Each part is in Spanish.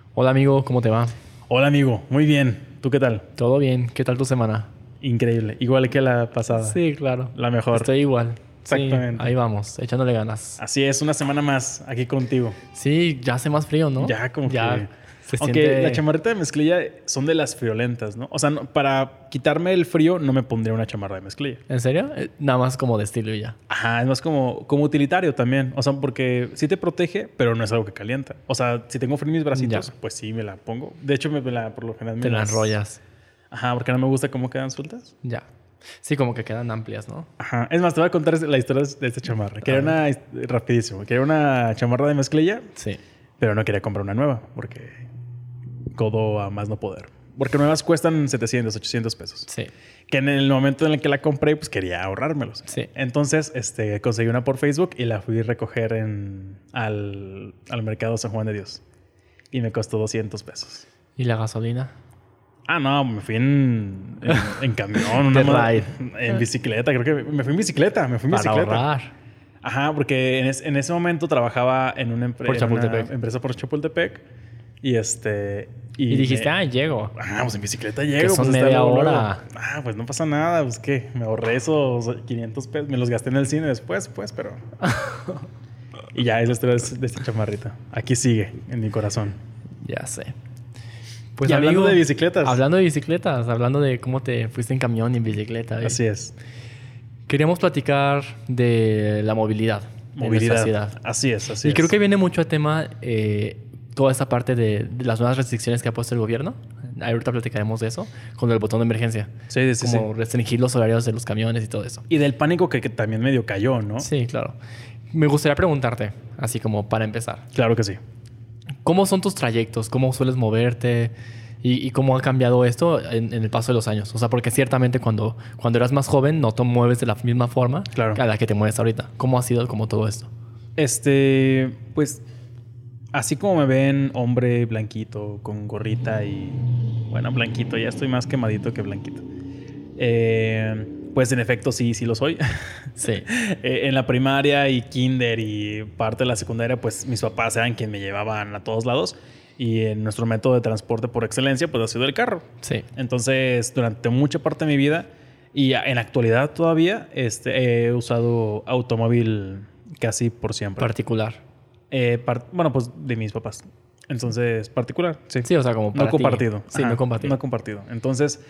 Hola amigo, ¿cómo te va? Hola amigo, muy bien. ¿Tú qué tal? ¿Todo bien? ¿Qué tal tu semana? Increíble. Igual que la pasada. Sí, claro. La mejor. Estoy igual. Sí, Exactamente. ahí vamos, echándole ganas. Así es, una semana más aquí contigo. Sí, ya hace más frío, ¿no? Ya como Ya que... se Aunque la siente... chamarrita de mezclilla son de las friolentas, ¿no? O sea, para quitarme el frío no me pondría una chamarra de mezclilla. ¿En serio? Nada más como de estilo y ya. Ajá, es más como utilitario también. O sea, porque sí te protege, pero no es algo que calienta. O sea, si tengo frío en mis bracitos, Ya. pues sí me la pongo. De hecho, por lo general me Te la las... enrollas. Ajá, porque no me gusta cómo quedan sueltas. Ya. Sí, como que quedan amplias, ¿no? Ajá. Es más, te voy a contar la historia de esta chamarra. Quería rapidísimo. Quería una chamarra de mezclilla, Sí. pero no quería comprar una nueva porque codo a más no poder. Porque nuevas cuestan 700, 800 pesos. Sí. Que en el momento en el que la compré, pues quería ahorrármelos. Sí. Entonces, conseguí una por Facebook y la fui a recoger al mercado San Juan de Dios. Y me costó 200 pesos. ¿Y la gasolina? Ah, no, me fui en camión, De ride. en bicicleta. Creo que me fui en bicicleta. Para ahorrar. Ajá, porque en ese momento trabajaba en una, Por Chapultepec. empresa por Chapultepec. Y Y dijiste, llego. pues en bicicleta llego. Que son pues, está media luego, luego. hora. Pues no pasa nada. Pues qué, me ahorré esos 500 pesos. Me los gasté en el cine después, pues, pero... Y ya, esa historia de esta chamarrita. Aquí sigue, en mi corazón. Ya sé. Pues Y hablando amigo, de bicicletas. Hablando de bicicletas, hablando de cómo te fuiste en camión y en bicicleta. Así es. Queríamos platicar de la movilidad. En nuestra ciudad. Así es, así es. Y creo que viene mucho a tema toda esta parte de las nuevas restricciones que ha puesto el gobierno. Ahorita platicaremos de eso con el botón de emergencia. Sí. Como restringir los horarios de los camiones y todo eso. Y del pánico que también medio cayó, ¿no? Sí, claro. Me gustaría preguntarte, así como para empezar. Claro que sí. ¿Cómo son tus trayectos? ¿Cómo sueles moverte? ¿Y cómo ha cambiado esto en el paso de los años? O sea, porque ciertamente cuando eras más joven no te mueves de la misma forma Claro. a la que te mueves ahorita. ¿Cómo ha sido como todo esto? Pues, así como me ven, hombre blanquito, con gorrita y... Bueno, blanquito, ya estoy más quemadito que blanquito. Pues en efecto sí lo soy. Sí. En la primaria y kinder y parte de la secundaria, pues mis papás eran quienes me llevaban a todos lados. Y nuestro método de transporte por excelencia, pues ha sido el carro. Sí. Entonces, durante mucha parte de mi vida y en la actualidad todavía, he usado automóvil casi por siempre. Particular. Bueno, pues de mis papás. Entonces, particular, sí. Sí, o sea, como para no compartido. Sí, no compartido. No compartido. Entonces,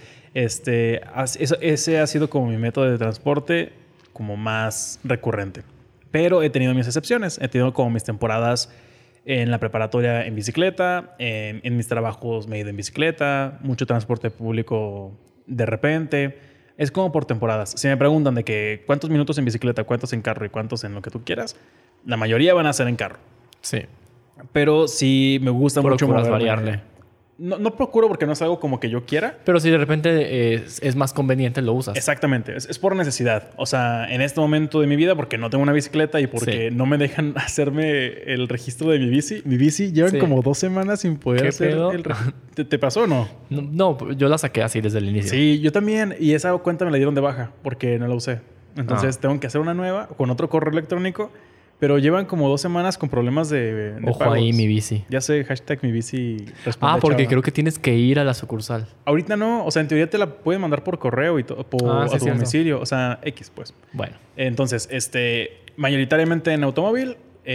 ese ha sido como mi método de transporte como más recurrente. Pero he tenido mis excepciones. He tenido como mis temporadas en la preparatoria en bicicleta, en mis trabajos me he ido en bicicleta, mucho transporte público de repente. Es como por temporadas. Si me preguntan de que cuántos minutos en bicicleta, cuántos en carro y cuántos en lo que tú quieras, la mayoría van a ser en carro. Sí. Pero sí me gusta mucho Procuras moverme. variarle. No procuro porque no es algo como que yo quiera. Pero si de repente es más conveniente, lo usas. Exactamente. Es por necesidad. O sea, en este momento de mi vida, porque no tengo una bicicleta y porque no me dejan hacerme el registro de mi bici. Mi bici llevan como 2 semanas sin poder hacer el registro. ¿Te pasó o no? No, yo la saqué así desde el inicio. Sí, yo también. Y esa cuenta me la dieron de baja porque no la usé. Entonces tengo que hacer una nueva con otro correo electrónico. Pero llevan como 2 semanas con problemas de Ojo pagos. ahí, mi bici. Ya sé, hashtag mi bici. Responde, Porque chava. creo que tienes que ir a la sucursal. Ahorita no. O sea, en teoría te la pueden mandar por correo y a tu domicilio. O sea, X, pues. Bueno. Entonces, mayoritariamente en automóvil,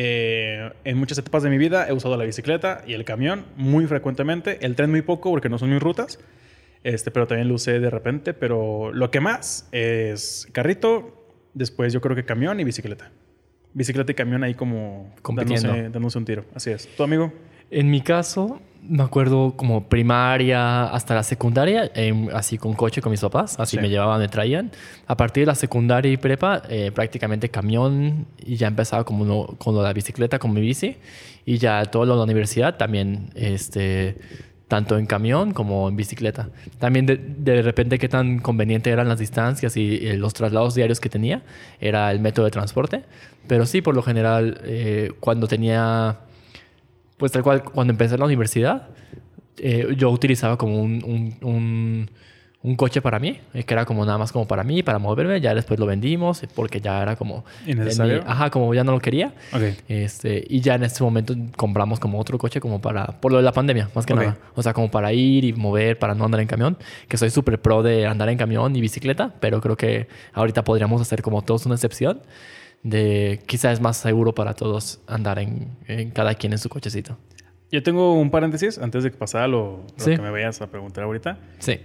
en muchas etapas de mi vida he usado la bicicleta y el camión muy frecuentemente. El tren muy poco porque no son mis rutas. Pero también lo usé de repente. Pero lo que más es carrito, después yo creo que camión y bicicleta. Bicicleta y camión ahí como dándose un tiro. Así es. ¿Tu amigo? En mi caso, me acuerdo como primaria hasta la secundaria, así con coche con mis papás. Así me llevaban, me traían. A partir de la secundaria y prepa, prácticamente camión. Y ya empezaba como con la bicicleta, con mi bici. Y ya todo lo de la universidad también, tanto en camión como en bicicleta. También de repente qué tan conveniente eran las distancias y los traslados diarios que tenía. Era el método de transporte. Pero sí, por lo general, cuando tenía... Pues tal cual, cuando empecé la universidad, yo utilizaba como un un coche para mí, que era como nada más como para mí, para moverme. Ya después lo vendimos porque ya era como... ¿Innecesario? Como ya no lo quería. Ok. Y ya en este momento compramos como otro coche como por lo de la pandemia, más que nada. O sea, como para ir y mover, para no andar en camión. Que soy súper pro de andar en camión y bicicleta, pero creo que ahorita podríamos hacer como todos una excepción de quizás es más seguro para todos andar en cada quien en su cochecito. Yo tengo un paréntesis antes de que pasara lo Sí. que me vayas a preguntar ahorita. Sí.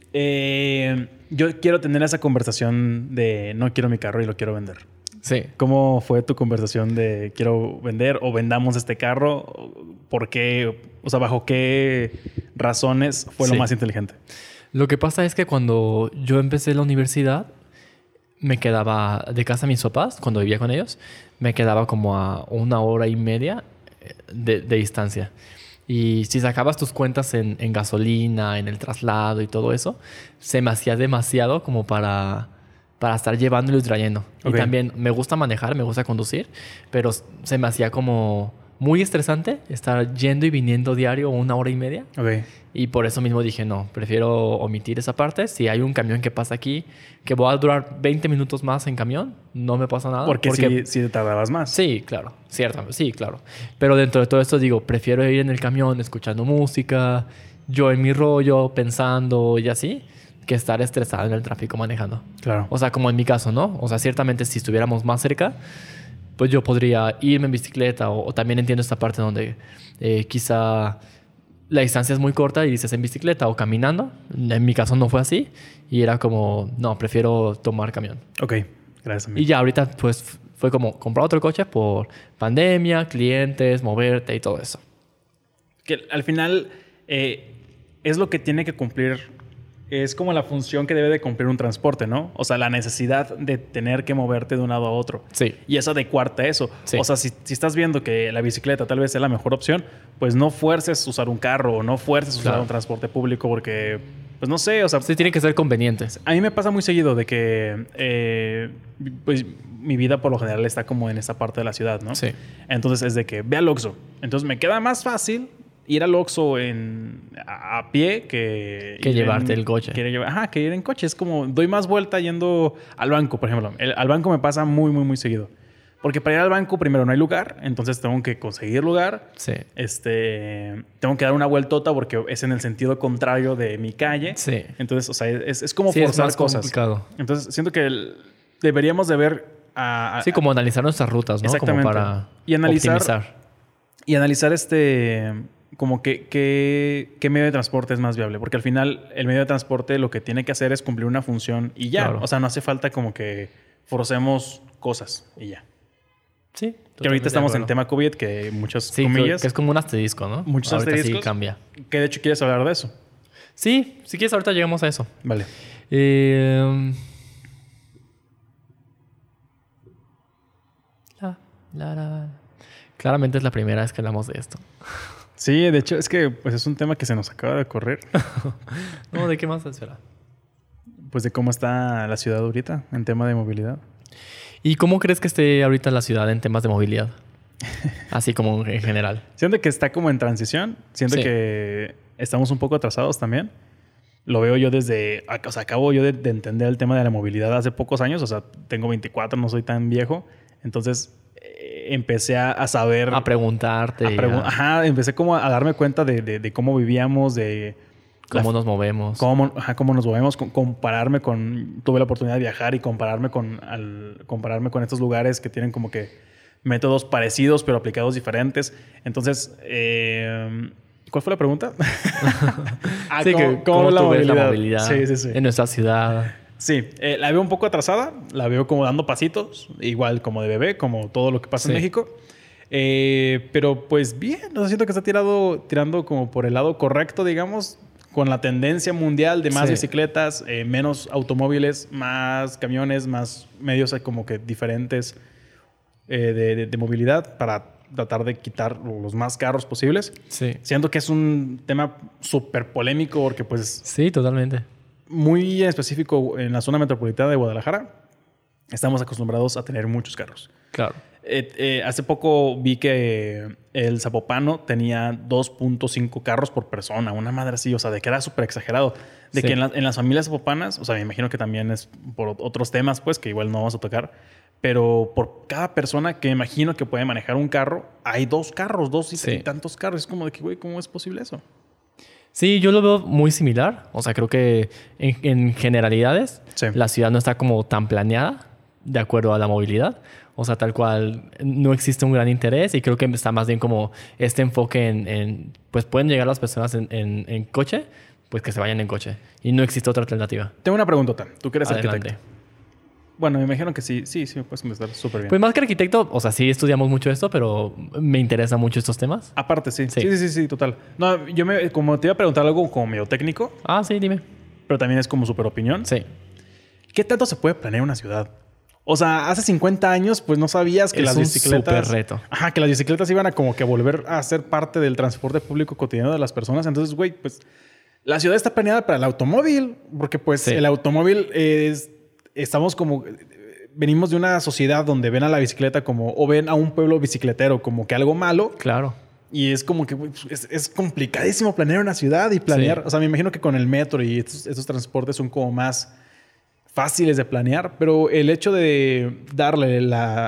Yo quiero tener esa conversación de no quiero mi carro y lo quiero vender. Sí. ¿Cómo fue tu conversación de quiero vender o vendamos este carro? ¿Por qué? O sea, ¿bajo qué razones fue lo más inteligente? Lo que pasa es que cuando yo empecé la universidad, me quedaba de casa de mis papás, cuando vivía con ellos, me quedaba como a 1 hora y media de distancia. Y si sacabas tus cuentas en gasolina, en el traslado y todo eso, se me hacía demasiado como para estar llevándolo y trayendo. Okay. Y también me gusta manejar, me gusta conducir, pero se me hacía como muy estresante estar yendo y viniendo diario 1 hora y media. Okay. Y por eso mismo dije, no, prefiero omitir esa parte. Si hay un camión que pasa aquí, que voy a durar 20 minutos más en camión, no me pasa nada. Porque si te tardabas más. Sí, claro. Cierto, sí, claro. Pero dentro de todo esto digo, prefiero ir en el camión escuchando música, yo en mi rollo, pensando y así, que estar estresado en el tráfico manejando. Claro. O sea, como en mi caso, ¿no? O sea, ciertamente si estuviéramos más cerca, pues yo podría irme en bicicleta o también entiendo esta parte donde quizá la distancia es muy corta y dices en bicicleta o caminando. En mi caso no fue así y era como, no, prefiero tomar camión. Ok, gracias, amigo. Y ya ahorita pues fue como comprar otro coche por pandemia, clientes, moverte y todo eso. Que al final es lo que tiene que cumplir. Es como la función que debe de cumplir un transporte, ¿no? O sea, la necesidad de tener que moverte de un lado a otro. Sí. Y es adecuarte a eso. Sí. O sea, si estás viendo que la bicicleta tal vez sea la mejor opción, pues no fuerces usar un carro o no fuerces usar un transporte público porque, pues no sé, o sea... Sí, tiene que ser conveniente. A mí me pasa muy seguido de que, pues mi vida por lo general está como en esta parte de la ciudad, ¿no? Sí. Entonces es de que ve al Oxxo. Entonces me queda más fácil ir al Oxxo a pie que llevarte el coche. Que ir en coche. Es como, doy más vuelta yendo al banco, por ejemplo. Al banco me pasa muy, muy, muy seguido. Porque para ir al banco, primero, no hay lugar. Entonces tengo que conseguir lugar. Sí. Tengo que dar una vueltota porque es en el sentido contrario de mi calle. Sí. Entonces, o sea, es como forzar es cosas. Complicado. Entonces, siento que deberíamos de ver... como analizar nuestras rutas, ¿no? Exactamente. Como para optimizar. Y analizar como qué medio de transporte es más viable. Porque al final el medio de transporte lo que tiene que hacer es cumplir una función y ya. Claro. O sea, no hace falta como que forcemos cosas y ya. Sí. Que ahorita estamos en tema COVID, que muchas comillas... que es como un asterisco, ¿no? Muchos ahorita asteriscos. Sí cambia. Que de hecho quieres hablar de eso. Sí, si quieres ahorita llegamos a eso. Vale. Claramente es la primera vez que hablamos de esto. Sí, de hecho, es que pues, es un tema que se nos acaba de correr. No, ¿de qué más espera? Pues de cómo está la ciudad ahorita en tema de movilidad. ¿Y cómo crees que esté ahorita la ciudad en temas de movilidad? Así como en general. Siento que está como en transición. Siento que estamos un poco atrasados también. Lo veo yo desde... O sea, acabo yo de entender el tema de la movilidad hace pocos años. O sea, tengo 24, no soy tan viejo. Entonces... empecé a saber... A preguntarte. Empecé como a darme cuenta de cómo vivíamos, de... Cómo nos movemos. Cómo nos movemos. Compararme con... Tuve la oportunidad de viajar y compararme con estos lugares que tienen como que métodos parecidos pero aplicados diferentes. Entonces... ¿cuál fue la pregunta? ¿Cómo tú ves la movilidad sí. en nuestra ciudad? Sí, la veo un poco atrasada. La veo como dando pasitos. Igual como de bebé, como todo lo que pasa en México. Pero pues bien. Siento que está tirando como por el lado correcto, digamos. Con la tendencia mundial de más bicicletas, menos automóviles, más camiones, más medios como que diferentes de movilidad para tratar de quitar los más carros posibles. Sí. Siento que es un tema súper polémico porque pues... Sí, totalmente. Muy en específico en la zona metropolitana de Guadalajara, estamos acostumbrados a tener muchos carros. Claro. Hace poco vi que el Zapopano tenía 2.5 carros por persona. Una madre así, o sea, de que era súper exagerado. De que en las familias zapopanas, o sea, me imagino que también es por otros temas, pues, que igual no vamos a tocar. Pero por cada persona que me imagino que puede manejar un carro, hay 2 carros, 2 y tantos carros. Es como de que, güey, ¿cómo es posible eso? Sí, yo lo veo muy similar. O sea, creo que en generalidades la ciudad no está como tan planeada de acuerdo a la movilidad. O sea, tal cual no existe un gran interés y creo que está más bien como este enfoque en pues pueden llegar las personas en coche, pues que se vayan en coche. Y no existe otra alternativa. Tengo una preguntota. ¿Tú que eres Adelante. arquitecto? Bueno, me imagino que sí, me puedes contestar súper bien. Pues más que arquitecto, o sea, sí estudiamos mucho esto, pero me interesan mucho estos temas. Aparte, sí, total. No, como te iba a preguntar algo como medio técnico. Ah, sí, dime. Pero también es como súper opinión. Sí. ¿Qué tanto se puede planear una ciudad? O sea, hace 50 años, pues no sabías que las bicicletas... Es un súper reto. Ajá, que las bicicletas iban a como que volver a ser parte del transporte público cotidiano de las personas. Entonces, güey, pues la ciudad está planeada para el automóvil. Porque pues el automóvil estamos como... Venimos de una sociedad donde ven a la bicicleta como... O ven a un pueblo bicicletero como que algo malo. Claro. Y es como que es complicadísimo planear una ciudad y planear... O sea, me imagino que con el metro y estos transportes son como más fáciles de planear. Pero el hecho de darle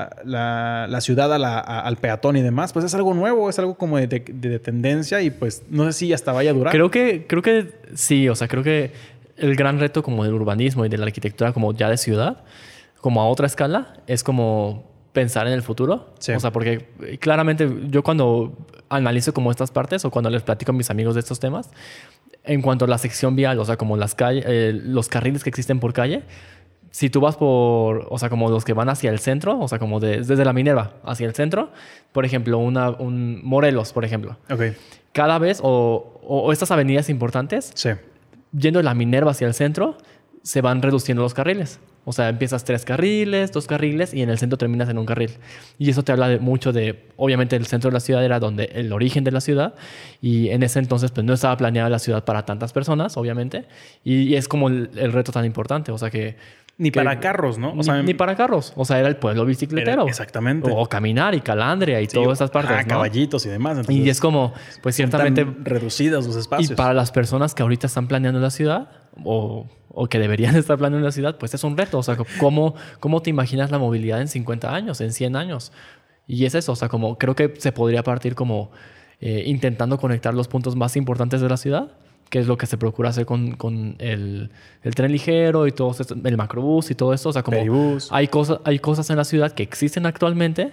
la ciudad al peatón y demás, pues es algo nuevo. Es algo como de tendencia y pues no sé si hasta vaya a durar. Creo que sí. O sea, creo que el gran reto como del urbanismo y de la arquitectura como ya de ciudad, como a otra escala, es como pensar en el futuro. Sí. O sea, porque claramente yo cuando analizo como estas partes o cuando les platico a mis amigos de estos temas, en cuanto a la sección vial, o sea, como las calles, los carriles que existen por calle, si tú vas por, o sea, como los que van hacia el centro, o sea, como desde la Minerva hacia el centro, por ejemplo, un Morelos, por ejemplo. Ok. Cada vez, o estas avenidas importantes, yendo de la Minerva hacia el centro, se van reduciendo los carriles. O sea, empiezas 3 carriles, 2 carriles y en el centro terminas en un carril. Y eso te habla mucho de... Obviamente el centro de la ciudad era donde el origen de la ciudad y en ese entonces pues no estaba planeada la ciudad para tantas personas, obviamente. Y es como el reto tan importante. O sea que... Ni para carros, ¿no? O sea, ni para carros. O sea, era el pueblo bicicletero. Exactamente. O caminar y Calandria y todas esas partes, ¿no? Caballitos y demás. Entonces, y es como, pues ciertamente... reducidos los espacios. Y para las personas que ahorita están planeando la ciudad o que deberían estar planeando la ciudad, pues es un reto. O sea, ¿cómo te imaginas la movilidad en 50 años, en 100 años? Y es eso. O sea, como creo que se podría partir como intentando conectar los puntos más importantes de la ciudad, que es lo que se procura hacer con el tren ligero y todo esto, el macrobús y todo esto. O sea, como hay cosas en la ciudad que existen actualmente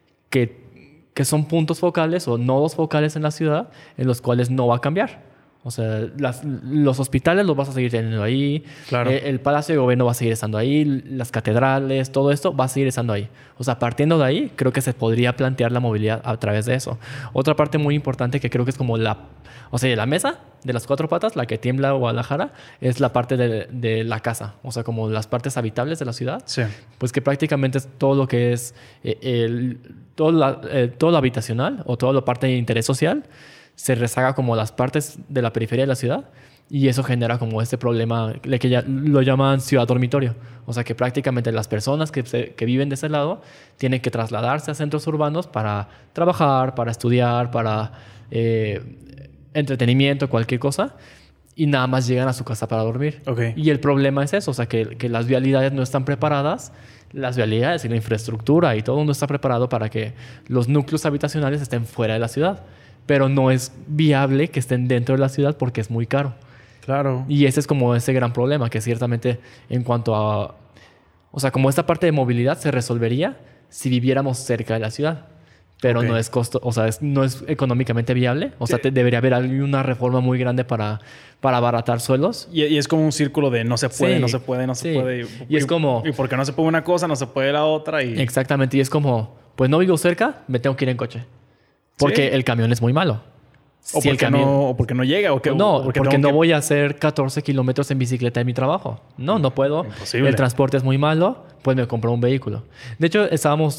que son puntos focales o nodos focales en la ciudad en los cuales no va a cambiar. O sea, los hospitales los vas a seguir teniendo ahí. Claro. El Palacio de Gobierno va a seguir estando ahí. Las catedrales, todo esto va a seguir estando ahí. O sea, partiendo de ahí, creo que se podría plantear la movilidad a través de eso. Otra parte muy importante que creo que es como la mesa de las 4 patas, la que tiembla Guadalajara, es la parte de la casa. O sea, como las partes habitables de la ciudad. Sí. Pues que prácticamente es todo lo que es todo lo habitacional o toda la parte de interés social se rezaga como las partes de la periferia de la ciudad y eso genera como este problema que ya lo llaman ciudad dormitorio. O sea que prácticamente las personas que viven de ese lado tienen que trasladarse a centros urbanos para trabajar, para estudiar, para entretenimiento, cualquier cosa y nada más llegan a su casa para dormir. Okay. Y el problema es eso, o sea que las vialidades no están preparadas, las vialidades y la infraestructura y todo no está preparado para que los núcleos habitacionales estén fuera de la ciudad. Pero no es viable que estén dentro de la ciudad porque es muy caro. Claro. Y ese es como ese gran problema que ciertamente en cuanto a... O sea, como esta parte de movilidad se resolvería si viviéramos cerca de la ciudad. Pero no es no es económicamente viable. O sea, debería haber una reforma muy grande para abaratar suelos. Y es como un círculo de no se puede, no se puede, no se puede. Y es como... Y porque no se puede una cosa, no se puede la otra. Exactamente. Y es como, pues no vivo cerca, me tengo que ir en coche. Porque el camión es muy malo. O porque no llega. Porque no voy a hacer 14 kilómetros en bicicleta de mi trabajo. No puedo. Imposible. El transporte es muy malo. Pues me compro un vehículo. De hecho,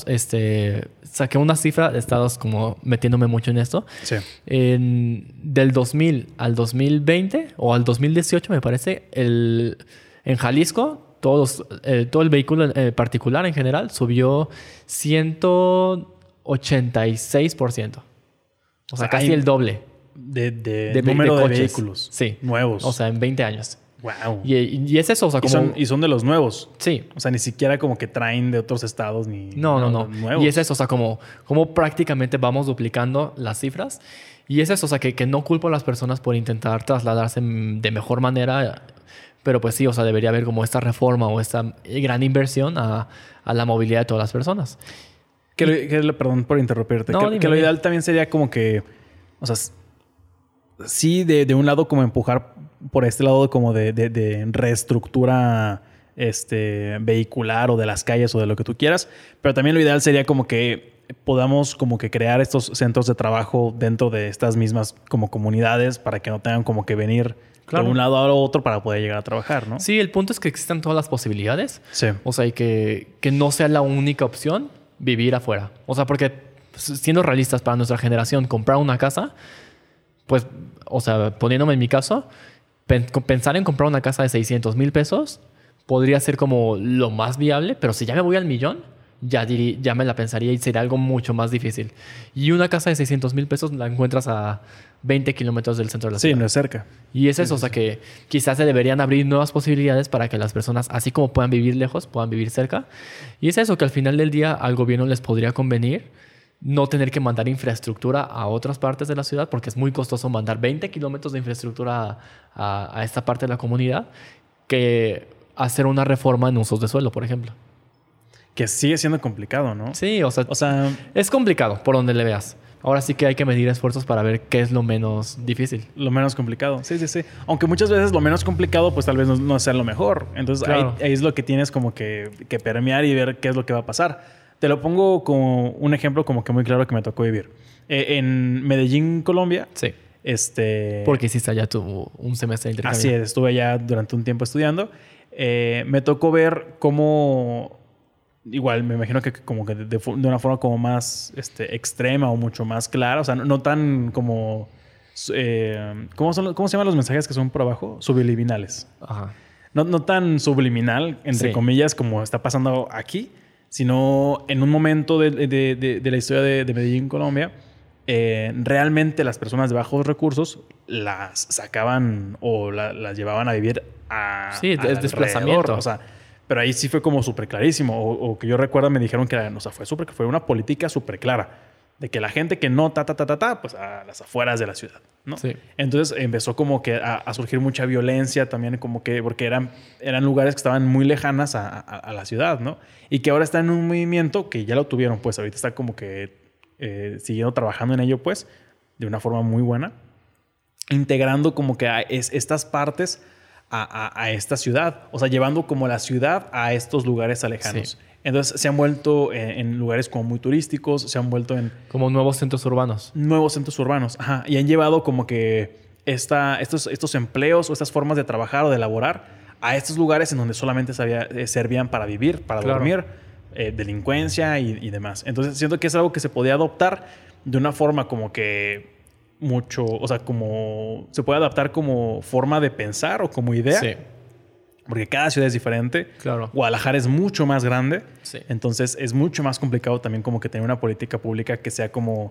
saqué una cifra. He estado como metiéndome mucho en esto. Sí. Del 2000 al 2020 o al 2018, me parece, en Jalisco todo el vehículo particular en general subió 186%. O sea, casi el doble. De número de vehículos. Sí. Nuevos. O sea, en 20 años. Wow. Y es eso, o sea, como... Y son de los nuevos. Sí. O sea, ni siquiera como que traen de otros estados ni... No. Nuevos. Y es eso, o sea, como prácticamente vamos duplicando las cifras. Y es eso, o sea, que no culpo a las personas por intentar trasladarse de mejor manera. Pero pues sí, o sea, debería haber como esta reforma o esta gran inversión a la movilidad de todas las personas. Perdón por interrumpirte. No, que lo ideal también sería como que... O sea, sí, de un lado como empujar por este lado como de reestructura vehicular o de las calles o de lo que tú quieras. Pero también lo ideal sería como que podamos como que crear estos centros de trabajo dentro de estas mismas como comunidades para que no tengan como que venir de un lado a otro para poder llegar a trabajar, ¿no? Sí, el punto es que existan todas las posibilidades. Sí. O sea, y que no sea la única opción vivir afuera. O sea, porque siendo realistas para nuestra generación, comprar una casa, pues, o sea, poniéndome en mi caso, pensar en comprar una casa de 600,000 pesos podría ser como lo más viable, pero si ya me voy al millón, ya me la pensaría y sería algo mucho más difícil. Y una casa de 600,000 pesos la encuentras a 20 kilómetros del centro de la ciudad. Sí, no es cerca. Y es eso, o sea, que quizás se deberían abrir nuevas posibilidades para que las personas, así como puedan vivir lejos, puedan vivir cerca. Y es eso, que al final del día al gobierno les podría convenir no tener que mandar infraestructura a otras partes de la ciudad, porque es muy costoso mandar 20 kilómetros de infraestructura a esta parte de la comunidad, que hacer una reforma en usos de suelo, por ejemplo. Que sigue siendo complicado, ¿no? Sí, o sea, es complicado por donde le veas. Ahora sí que hay que medir esfuerzos para ver qué es lo menos difícil. Lo menos complicado. Sí. Aunque muchas veces lo menos complicado pues tal vez no sea lo mejor. Entonces claro, ahí es lo que tienes como que permear y ver qué es lo que va a pasar. Te lo pongo como un ejemplo como que muy claro que me tocó vivir. En Medellín, Colombia. Sí. Porque hiciste allá un semestre de intercambio. Así es. Estuve allá durante un tiempo estudiando. Me tocó ver cómo... Igual, me imagino que como que de una forma como más extrema o mucho más clara. O sea, no tan como... ¿Cómo se llaman los mensajes que son por abajo? Subliminales. Ajá. No tan subliminal, entre comillas, como está pasando aquí, sino en un momento de la historia de Medellín, Colombia, realmente las personas de bajos recursos las sacaban o las llevaban a vivir es desplazamiento. O sea, pero ahí sí fue como súper clarísimo. O que yo recuerdo me dijeron que fue una política súper clara. De que la gente que no pues a las afueras de la ciudad, ¿no? Sí. Entonces empezó como que a surgir mucha violencia también, como que porque eran lugares que estaban muy lejanas a la ciudad, ¿no? Y que ahora está en un movimiento que ya lo tuvieron, pues ahorita está como que siguiendo trabajando en ello, pues, de una forma muy buena. Integrando como que estas partes a esta ciudad. O sea, llevando como la ciudad a estos lugares alejanos. Sí. Entonces se han vuelto en lugares como muy turísticos, se han vuelto en... Como nuevos centros urbanos. Nuevos centros urbanos, ajá. Y han llevado como que estos empleos o estas formas de trabajar o de laborar a estos lugares en donde solamente servían para vivir, para dormir, delincuencia y demás. Entonces siento que es algo que se podía adoptar de una forma como que mucho... O sea, como... Se puede adaptar como forma de pensar o como idea. Sí. Porque cada ciudad es diferente. Claro. Guadalajara es mucho más grande. Sí. Entonces es mucho más complicado también como que tener una política pública que sea como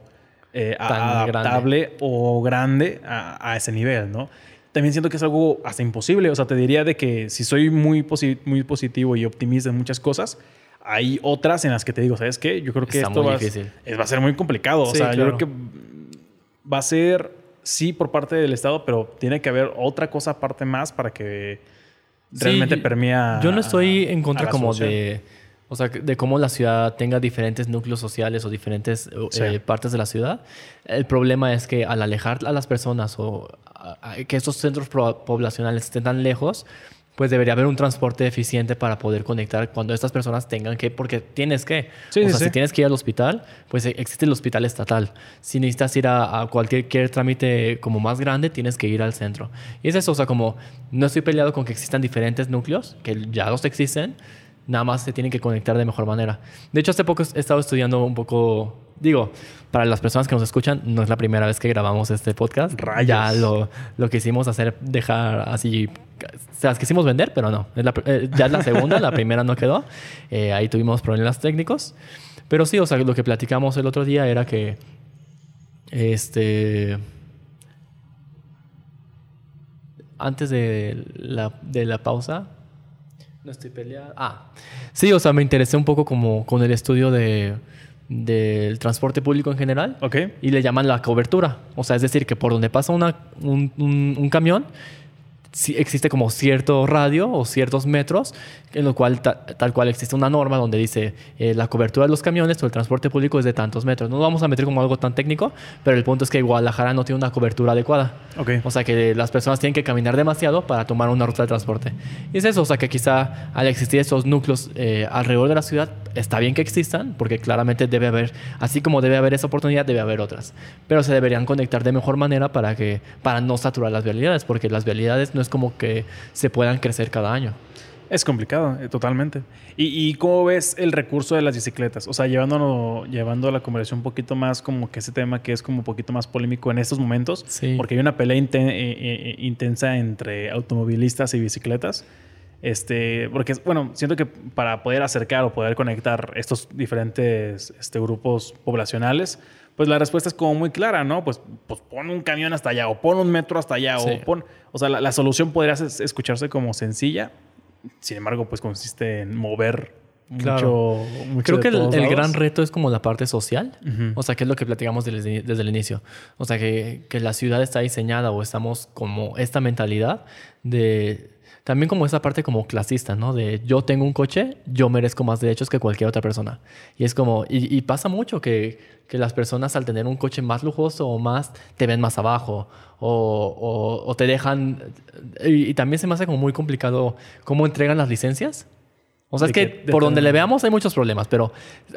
adaptable grande. O grande a ese nivel, ¿no? También siento que es algo hasta imposible. O sea, te diría de que si soy muy positivo y optimista en muchas cosas, hay otras en las que te digo, ¿sabes qué? Yo creo que esto va a ser muy complicado. Sí, o sea, claro. Yo creo que va a ser, sí, por parte del Estado, pero tiene que haber otra cosa aparte más para que... realmente permea. Yo no estoy en contra como de cómo la ciudad tenga diferentes núcleos sociales o diferentes partes de la ciudad. El problema es que al alejar a las personas o que estos centros poblacionales estén tan lejos, pues debería haber un transporte eficiente para poder conectar cuando estas personas tengan que, porque tienes que. Si tienes que ir al hospital, pues existe el hospital estatal. Si necesitas ir a cualquier trámite como más grande, tienes que ir al centro. Y es eso, o sea, como no estoy peleado con que existan diferentes núcleos, que ya los existen, nada más se tienen que conectar de mejor manera. De hecho, hace poco he estado estudiando un poco... Digo, para las personas que nos escuchan, no es la primera vez que grabamos este podcast. ¡Rayos! Ya lo quisimos hacer, dejar así se las quisimos vender, pero no. Ya es la segunda, la primera no quedó. Ahí tuvimos problemas técnicos. Pero sí, o sea, lo que platicamos el otro día era que antes de la pausa, no estoy peleado. Sí, o sea, me interesé un poco como con el estudio del transporte público en general. Ok. Y le llaman la cobertura. O sea, es decir, que por donde pasa un camión, sí existe como cierto radio o ciertos metros en lo cual tal cual existe una norma donde dice la cobertura de los camiones o el transporte público es de tantos metros. No lo vamos a meter como algo tan técnico, pero el punto es que Guadalajara no tiene una cobertura adecuada. Okay. O sea, que las personas tienen que caminar demasiado para tomar una ruta de transporte. Y es eso, o sea, que quizá al existir esos núcleos alrededor de la ciudad, está bien que existan, porque claramente debe haber, así como debe haber esa oportunidad, debe haber otras. Pero se deberían conectar de mejor manera para no saturar las vialidades, porque las vialidades no es como que se puedan crecer cada año. Es complicado, totalmente. ¿Y cómo ves el recurso de las bicicletas? O sea, llevando a la conversación un poquito más como que ese tema que es como un poquito más polémico en estos momentos. Sí. Porque hay una pelea intensa entre automovilistas y bicicletas. Porque, bueno, siento que para poder acercar o poder conectar estos diferentes grupos poblacionales, pues la respuesta es como muy clara, ¿no? Pues pon un camión hasta allá o pon un metro hasta allá. Sí. O sea, la solución podría escucharse como sencilla. Sin embargo, pues consiste en mover mucho. Creo que el gran reto es como la parte social. Uh-huh. O sea, que es lo que platicamos desde el inicio. O sea, que la ciudad está diseñada o estamos como esta mentalidad de... También como esa parte como clasista, ¿no? De yo tengo un coche, yo merezco más derechos que cualquier otra persona. Y es como... Y pasa mucho que las personas al tener un coche más lujoso o más te ven más abajo o te dejan... Y también se me hace como muy complicado cómo entregan las licencias. O sea, es que por donde le veamos hay muchos problemas, pero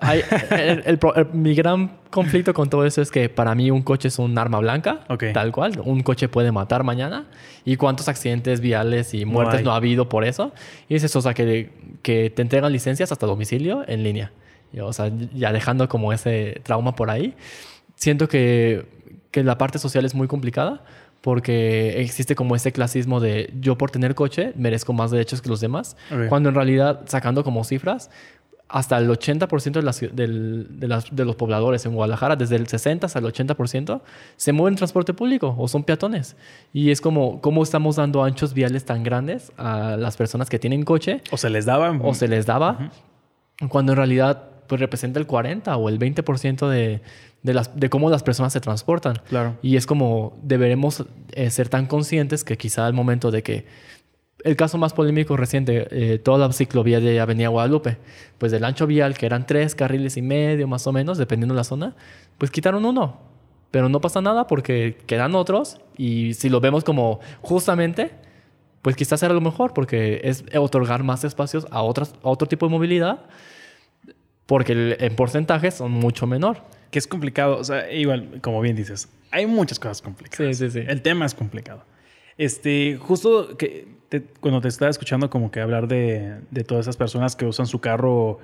mi gran conflicto con todo eso es que para mí un coche es un arma blanca, okay. Tal cual. Un coche puede matar mañana. ¿Y cuántos accidentes viales y muertes no ha habido por eso? Y es eso, o sea, que te entregan licencias hasta domicilio en línea. O sea, ya dejando como ese trauma por ahí. Siento que la parte social es muy complicada. Porque existe como ese clasismo de yo por tener coche merezco más derechos que los demás. Okay. Cuando en realidad, sacando como cifras, hasta el 80% de los pobladores en Guadalajara, desde el 60% hasta el 80%, se mueven en transporte público o son peatones. Y es como cómo estamos dando anchos viales tan grandes a las personas que tienen coche. O se les daba. Uh-huh. Cuando en realidad pues representa el 40 o el 20% de cómo las personas se transportan. Claro. Y es como deberemos ser tan conscientes que quizá al momento de que el caso más polémico reciente, toda la ciclovía de Avenida Guadalupe, pues del ancho vial, que eran 3 carriles y medio más o menos, dependiendo de la zona, pues quitaron uno. Pero no pasa nada porque quedan otros y si lo vemos como justamente, pues quizás era lo mejor porque es otorgar más espacios a otro tipo de movilidad porque en porcentaje son mucho menor. Que es complicado. O sea, igual, como bien dices, hay muchas cosas complicadas. Sí. El tema es complicado. Justo que cuando te estaba escuchando como que hablar de todas esas personas que usan su carro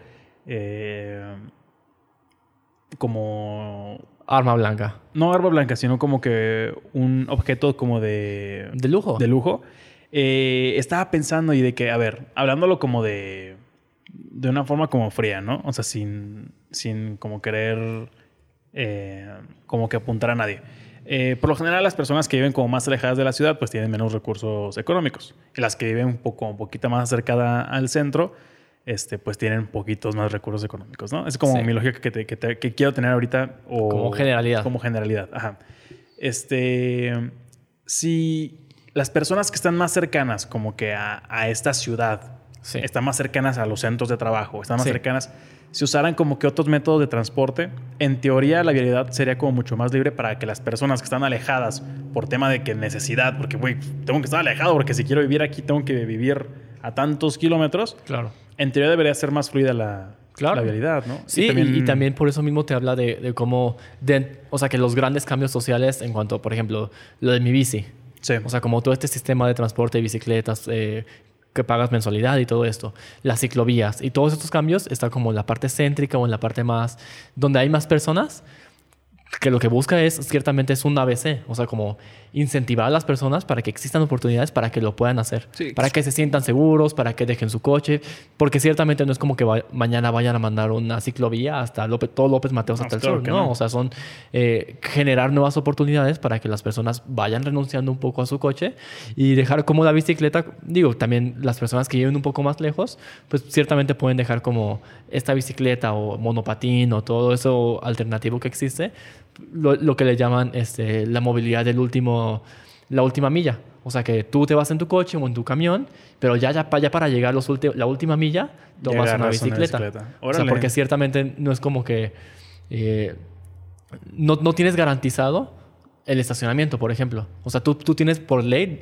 como... Arma blanca. No arma blanca, sino como que un objeto como de... De lujo. De lujo. Estaba pensando y de que, a ver, hablándolo como de una forma como fría, ¿no? O sea, sin como querer... como que apuntar a nadie. Por lo general, las personas que viven como más alejadas de la ciudad pues tienen menos recursos económicos. Y las que viven un poquito más acercada al centro pues tienen poquitos más recursos económicos, ¿no? Es como mi lógica que quiero tener ahorita. Como generalidad. Como generalidad, ajá. Si las personas que están más cercanas como que a esta ciudad, están más cercanas a los centros de trabajo, están más cercanas... Si usaran como que otros métodos de transporte, en teoría la vialidad sería como mucho más libre para que las personas que están alejadas por tema de que necesidad, porque güey, tengo que estar alejado porque si quiero vivir aquí tengo que vivir a tantos kilómetros. Claro. En teoría debería ser más fluida la vialidad, ¿no? Sí, y también por eso mismo te habla de cómo... o sea, que los grandes cambios sociales en cuanto, por ejemplo, lo de mi bici. Sí. O sea, como todo este sistema de transporte de bicicletas... que pagas mensualidad y todo esto. Las ciclovías y todos estos cambios está como en la parte céntrica o en la parte más... donde hay más personas. que lo que busca es, ciertamente es un ABC, o sea, como incentivar a las personas para que existan oportunidades para que lo puedan hacer, Sí. para que se sientan seguros, para que dejen su coche, porque ciertamente no es como que mañana vayan a mandar una ciclovía hasta todo López Mateos hasta el claro sur, que ¿no? no. O sea, son generar nuevas oportunidades para que las personas vayan renunciando un poco a su coche y dejar como la bicicleta, digo, también las personas que viven un poco más lejos, pues ciertamente pueden dejar como esta bicicleta o monopatín o todo eso alternativo que existe, lo que le llaman la movilidad la última milla. O sea, que tú te vas en tu coche o en tu camión, pero ya para llegar la última milla, tomas una bicicleta. O sea, Órale. porque ciertamente no es como que no tienes garantizado el estacionamiento, por ejemplo. O sea, tú tienes por ley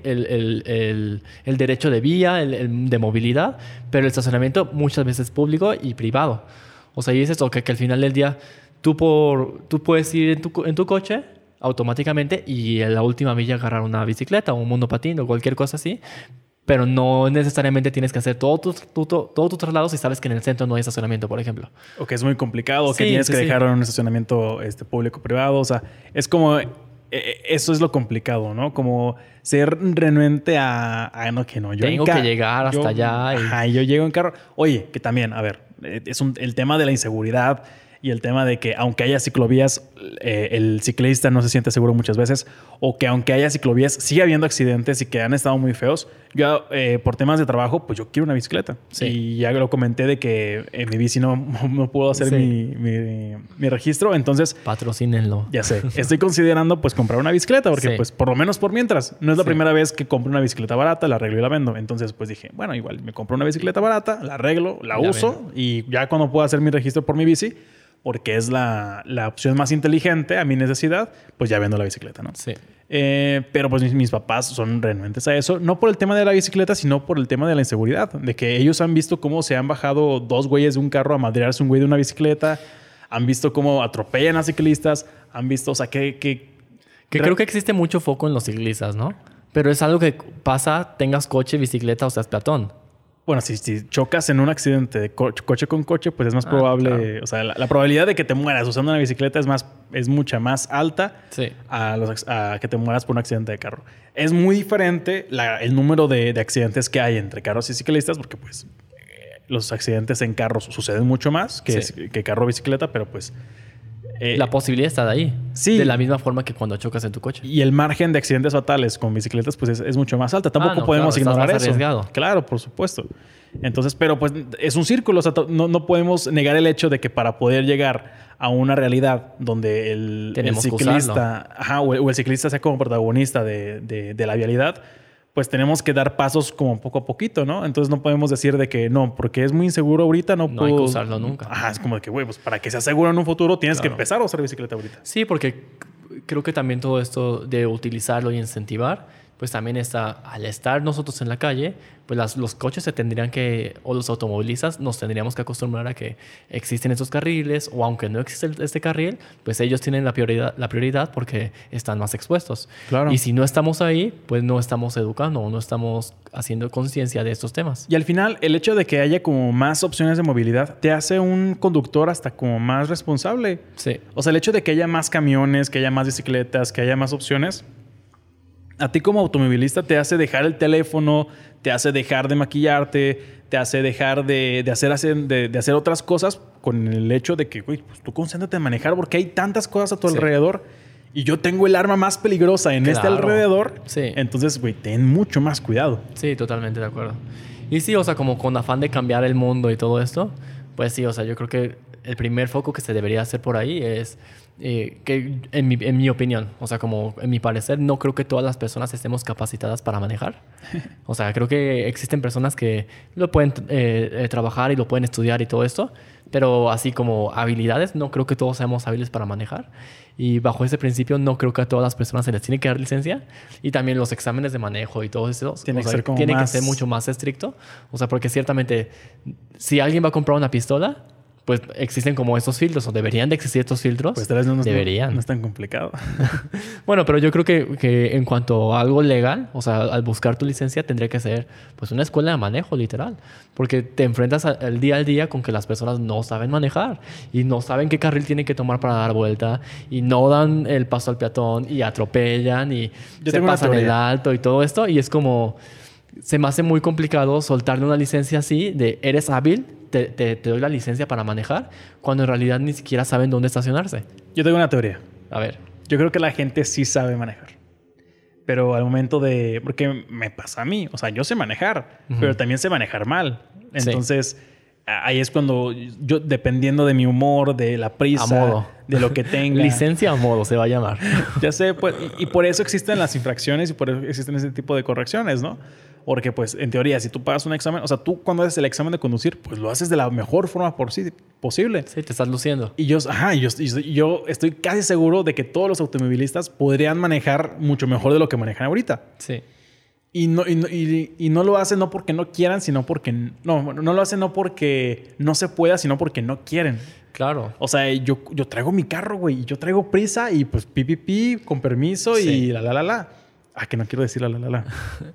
el derecho de vía, el de movilidad, pero el estacionamiento muchas veces es público y privado. O sea, y es eso, que al final del día tú puedes ir en tu coche automáticamente y en la última milla agarrar una bicicleta o un monopatín o cualquier cosa así, pero no necesariamente tienes que hacer todo tu traslado si sabes que en el centro no hay estacionamiento, por ejemplo. O que es muy complicado, o que Sí, tienes sí, que sí. dejarlo en un estacionamiento público-privado. O sea, es como... eso es lo complicado, ¿no? Como ser renuente a no, que no. Yo Tengo que llegar hasta allá. Ajá, y yo llego en carro. Oye, que también, a ver, el tema de la inseguridad y el tema de que aunque haya ciclovías, el ciclista no se siente seguro muchas veces, o que aunque haya ciclovías, sigue habiendo accidentes y que han estado muy feos. Yo, por temas de trabajo, pues yo quiero una bicicleta. Sí. Y ya lo comenté de que en mi bici no puedo hacer Sí. mi registro, entonces... Patrocínenlo. Ya sé. Estoy considerando pues comprar una bicicleta porque Sí. pues por lo menos por mientras. No es la Sí. primera vez que compro una bicicleta barata, la arreglo y la vendo. Entonces pues dije, bueno, igual me compro una bicicleta barata, la arreglo, la Ya uso vendo. y ya cuando pueda hacer mi registro por mi bici, porque es la opción más inteligente a mi necesidad, pues ya vendo la bicicleta, ¿no? Sí. Pero pues mis papás son renuentes a eso, no por el tema de la bicicleta, sino por el tema de la inseguridad, de que ellos han visto cómo se han bajado dos güeyes de un carro a madrearse un güey de una bicicleta, han visto cómo atropellan a ciclistas, han visto, o sea, Que creo que existe mucho foco en los ciclistas, ¿no? Pero es algo que pasa, tengas coche, bicicleta o seas peatón. Bueno, si chocas en un accidente de coche con coche, pues es más probable, claro. o sea, la probabilidad de que te mueras usando una bicicleta es mucha más alta Sí. a que te mueras por un accidente de carro. Es muy diferente el número de accidentes que hay entre carros y ciclistas, porque pues los accidentes en carros suceden mucho más que carro o bicicleta, pero pues... La posibilidad está de ahí. Sí. De la misma forma que cuando chocas en tu coche. Y el margen de accidentes fatales con bicicletas pues es mucho más alta. Tampoco no, podemos claro, estás ignorar más eso. arriesgado. Claro, por supuesto. Entonces, pero pues es un círculo. O sea, no podemos negar el hecho de que para poder llegar a una realidad donde el Tenemos que ciclista o el ciclista sea como protagonista de la vialidad, pues tenemos que dar pasos como poco a poquito, ¿no? Entonces no podemos decir de que no, porque es muy inseguro ahorita, no puedo... hay que usarlo nunca. Ajá, es como de que, güey, pues para que sea seguro en un futuro tienes que empezar a usar bicicleta ahorita. Sí, porque creo que también todo esto de utilizarlo y incentivar, pues también está, al estar nosotros en la calle, pues los coches se tendrían que, o los automovilistas nos tendríamos que acostumbrar a que existen estos carriles, o aunque no existe este carril, pues ellos tienen la prioridad porque están más expuestos. Claro. Y si no estamos ahí, pues no estamos educando o no estamos haciendo conciencia de estos temas. Y al final, el hecho de que haya como más opciones de movilidad te hace un conductor hasta como más responsable. Sí. O sea, el hecho de que haya más camiones, que haya más bicicletas, que haya más opciones, a ti como automovilista te hace dejar el teléfono, te hace dejar de maquillarte, te hace dejar de hacer otras cosas con el hecho de que, güey, pues tú concéntrate en manejar porque hay tantas cosas a tu alrededor y yo tengo el arma más peligrosa en este alrededor. Sí. Entonces, güey, ten mucho más cuidado. Sí, totalmente de acuerdo. Y sí, o sea, como con afán de cambiar el mundo y todo esto, pues sí, o sea, yo creo que el primer foco que se debería hacer por ahí es que, en mi opinión, o sea, como en mi parecer, no creo que todas las personas estemos capacitadas para manejar. O sea, creo que existen personas que lo pueden trabajar y lo pueden estudiar y todo esto, pero así como habilidades, no creo que todos seamos hábiles para manejar. Y bajo ese principio, no creo que a todas las personas se les tiene que dar licencia. Y también los exámenes de manejo y todo eso Tiene que ser mucho más estricto. O sea, porque ciertamente, si alguien va a comprar una pistola, pues existen como estos filtros, o deberían de existir estos filtros. Pues tal vez no deberían. No es tan complicado. Bueno, pero yo creo que en cuanto a algo legal, o sea, al buscar tu licencia, tendría que ser pues una escuela de manejo, literal. Porque te enfrentas al día con que las personas no saben manejar y no saben qué carril tienen que tomar para dar vuelta y no dan el paso al peatón y atropellan y se pasan el alto y todo esto. Y es como... Se me hace muy complicado soltarle una licencia así de eres hábil, te doy la licencia para manejar, cuando en realidad ni siquiera saben dónde estacionarse. Yo tengo una teoría. A ver. Yo creo que la gente sí sabe manejar. Pero al momento de... Porque me pasa a mí. O sea, yo sé manejar, pero también sé manejar mal. Entonces, ahí es cuando yo, dependiendo de mi humor, de la prisa, a modo. De lo que tenga... Licencia a modo se va a llamar. Ya sé, pues... Y por eso existen las infracciones y por eso existen ese tipo de correcciones, ¿no? Porque, pues, en teoría, si tú pagas un examen... O sea, tú cuando haces el examen de conducir, pues lo haces de la mejor forma posible. Sí, te estás luciendo. Y yo estoy casi seguro de que todos los automovilistas podrían manejar mucho mejor de lo que manejan ahorita. Sí. Y no lo hacen no porque no quieran, sino porque... No lo hacen no porque no se pueda, sino porque no quieren. Claro. O sea, yo traigo mi carro, güey. Y yo traigo prisa y pues con permiso y la. Ah, que no quiero decir la.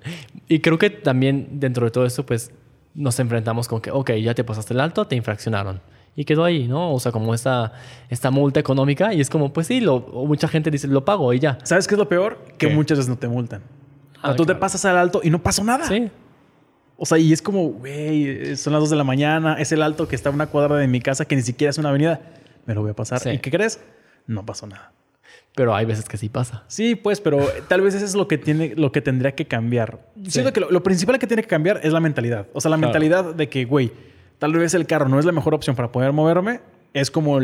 Y creo que también dentro de todo esto, pues nos enfrentamos con que, ok, ya te pasaste el alto, te infraccionaron. Y quedó ahí, ¿no? O sea, como esta multa económica. Y es como, pues sí, mucha gente dice, lo pago y ya. ¿Sabes qué es lo peor? Que muchas veces no te multan. O sea, tú te pasas al alto y no pasó nada. Sí. O sea, y es como, güey, son las 2 de la mañana. Es el alto que está a una cuadra de mi casa que ni siquiera es una avenida. Me lo voy a pasar. Sí. ¿Y qué crees? No pasó nada. Pero hay veces que sí pasa. Sí, pues, pero tal vez eso es lo que tendría que cambiar. Sí. Siento que lo principal que tiene que cambiar es la mentalidad. O sea, la mentalidad de que, güey, tal vez el carro no es la mejor opción para poder moverme. Es como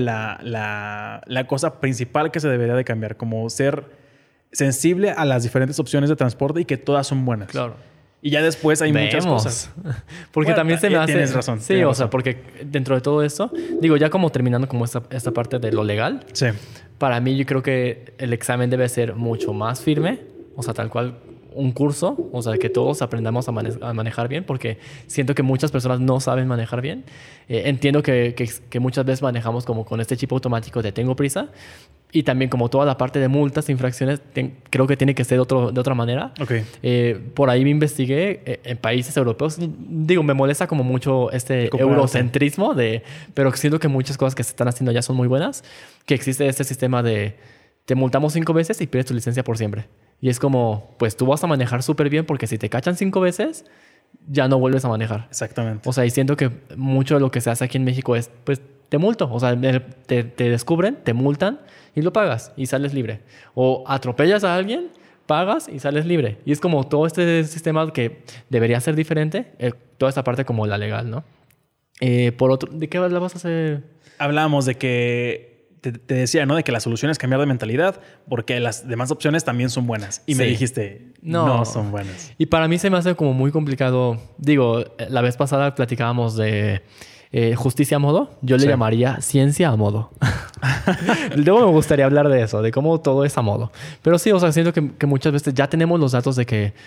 la cosa principal que se debería de cambiar. Como ser sensible a las diferentes opciones de transporte y que todas son buenas. Claro. Y ya después hay muchas cosas. Porque bueno, también se me hace... Tienes razón. Sí, o sea, porque dentro de todo esto... Digo, ya como terminando como esta parte de lo legal. Sí. Para mí yo creo que el examen debe ser mucho más firme. O sea, tal cual un curso. O sea, que todos aprendamos a manejar bien. Porque siento que muchas personas no saben manejar bien. Entiendo que muchas veces manejamos como con este chip automático de tengo prisa. Y también como toda la parte de multas e infracciones creo que tiene que ser de otra manera. Okay. Por ahí me investigué en países europeos. Digo, me molesta como mucho este eurocentrismo pero siento que muchas cosas que se están haciendo ya son muy buenas. Que existe este sistema de te multamos 5 veces y pierdes tu licencia por siempre. Y es como, pues tú vas a manejar súper bien porque si te cachan 5 veces, ya no vuelves a manejar. Exactamente. O sea, y siento que mucho de lo que se hace aquí en México es, pues, te multo. O sea, te descubren, te multan y lo pagas y sales libre. O atropellas a alguien, pagas y sales libre. Y es como todo este sistema que debería ser diferente. Toda esta parte como la legal, ¿no? Por otro, ¿de qué hablabas hace? Hablábamos de que te decía, ¿no? De que la solución es cambiar de mentalidad porque las demás opciones también son buenas. Y me dijiste, no son buenas. Y para mí se me hace como muy complicado. Digo, la vez pasada platicábamos de justicia a modo. Yo le llamaría ciencia a modo. Luego me gustaría hablar de eso, de cómo todo es a modo. Pero sí, o sea, siento que muchas veces ya tenemos los datos de que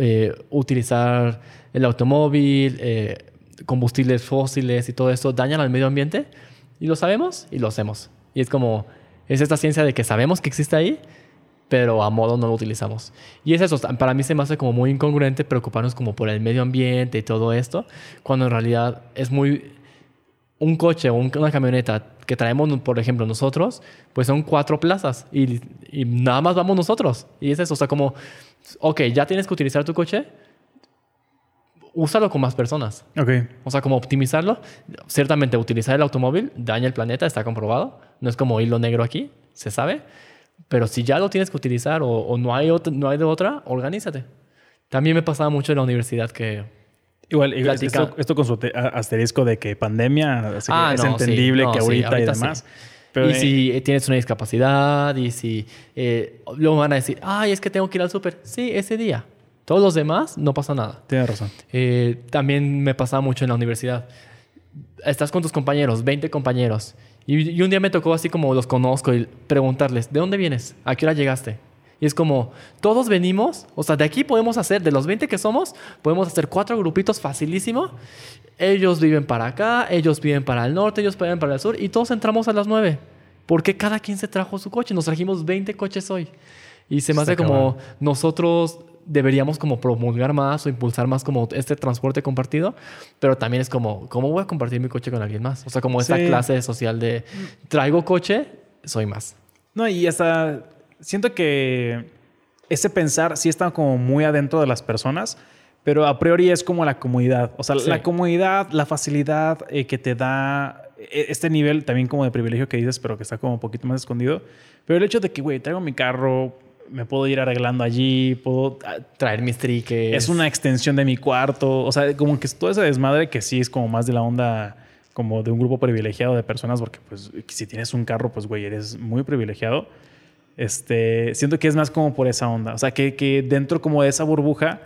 utilizar el automóvil, combustibles fósiles y todo eso dañan al medio ambiente. Y lo sabemos y lo hacemos. Y es como, es esta ciencia de que sabemos que existe ahí, pero a modo no lo utilizamos. Y es eso, para mí se me hace como muy incongruente preocuparnos como por el medio ambiente y todo esto, cuando en realidad es muy... Un coche o una camioneta que traemos, por ejemplo, nosotros, pues son 4 plazas y nada más vamos nosotros. Y es eso, o sea, como, ok, ya tienes que utilizar tu coche, úsalo con más personas. Okay. O sea, como optimizarlo. Ciertamente, utilizar el automóvil daña el planeta, está comprobado. No es como hilo negro aquí, se sabe. Pero si ya lo tienes que utilizar o no hay de otra, organízate. También me pasaba mucho en la universidad que... Igual esto con su asterisco de que pandemia es entendible que ahorita y demás. Sí. Pero, y si tienes una discapacidad y si luego van a decir, ay, es que tengo que ir al súper. Sí, ese día. Todos los demás no pasa nada. Tienes razón. También me pasaba mucho en la universidad. Estás con tus compañeros, 20 compañeros. Y un día me tocó así como los conozco y preguntarles, ¿de dónde vienes? ¿A qué hora llegaste? Y es como, todos venimos, o sea, de aquí podemos hacer, de los 20 que somos, podemos hacer 4 grupitos facilísimo. Ellos viven para acá, ellos viven para el norte, ellos viven para el sur y todos entramos a las 9. Porque cada quien se trajo su coche. Nos trajimos 20 coches hoy. Y se me hace como nosotros deberíamos como promulgar más o impulsar más como este transporte compartido. Pero también es como, ¿cómo voy a compartir mi coche con alguien más? O sea, como esta clase social de traigo coche, soy más. No, y hasta siento que ese pensar sí está como muy adentro de las personas, pero a priori es como la comodidad. O sea, la comodidad, la facilidad que te da este nivel también como de privilegio que dices, pero que está como un poquito más escondido. Pero el hecho de que, güey, traigo mi carro, me puedo ir arreglando allí, puedo traer mis triques. Es una extensión de mi cuarto. O sea, como que todo ese desmadre que sí es como más de la onda como de un grupo privilegiado de personas, porque pues si tienes un carro, pues güey, eres muy privilegiado. Siento que es más como por esa onda. O sea, que dentro como de esa burbuja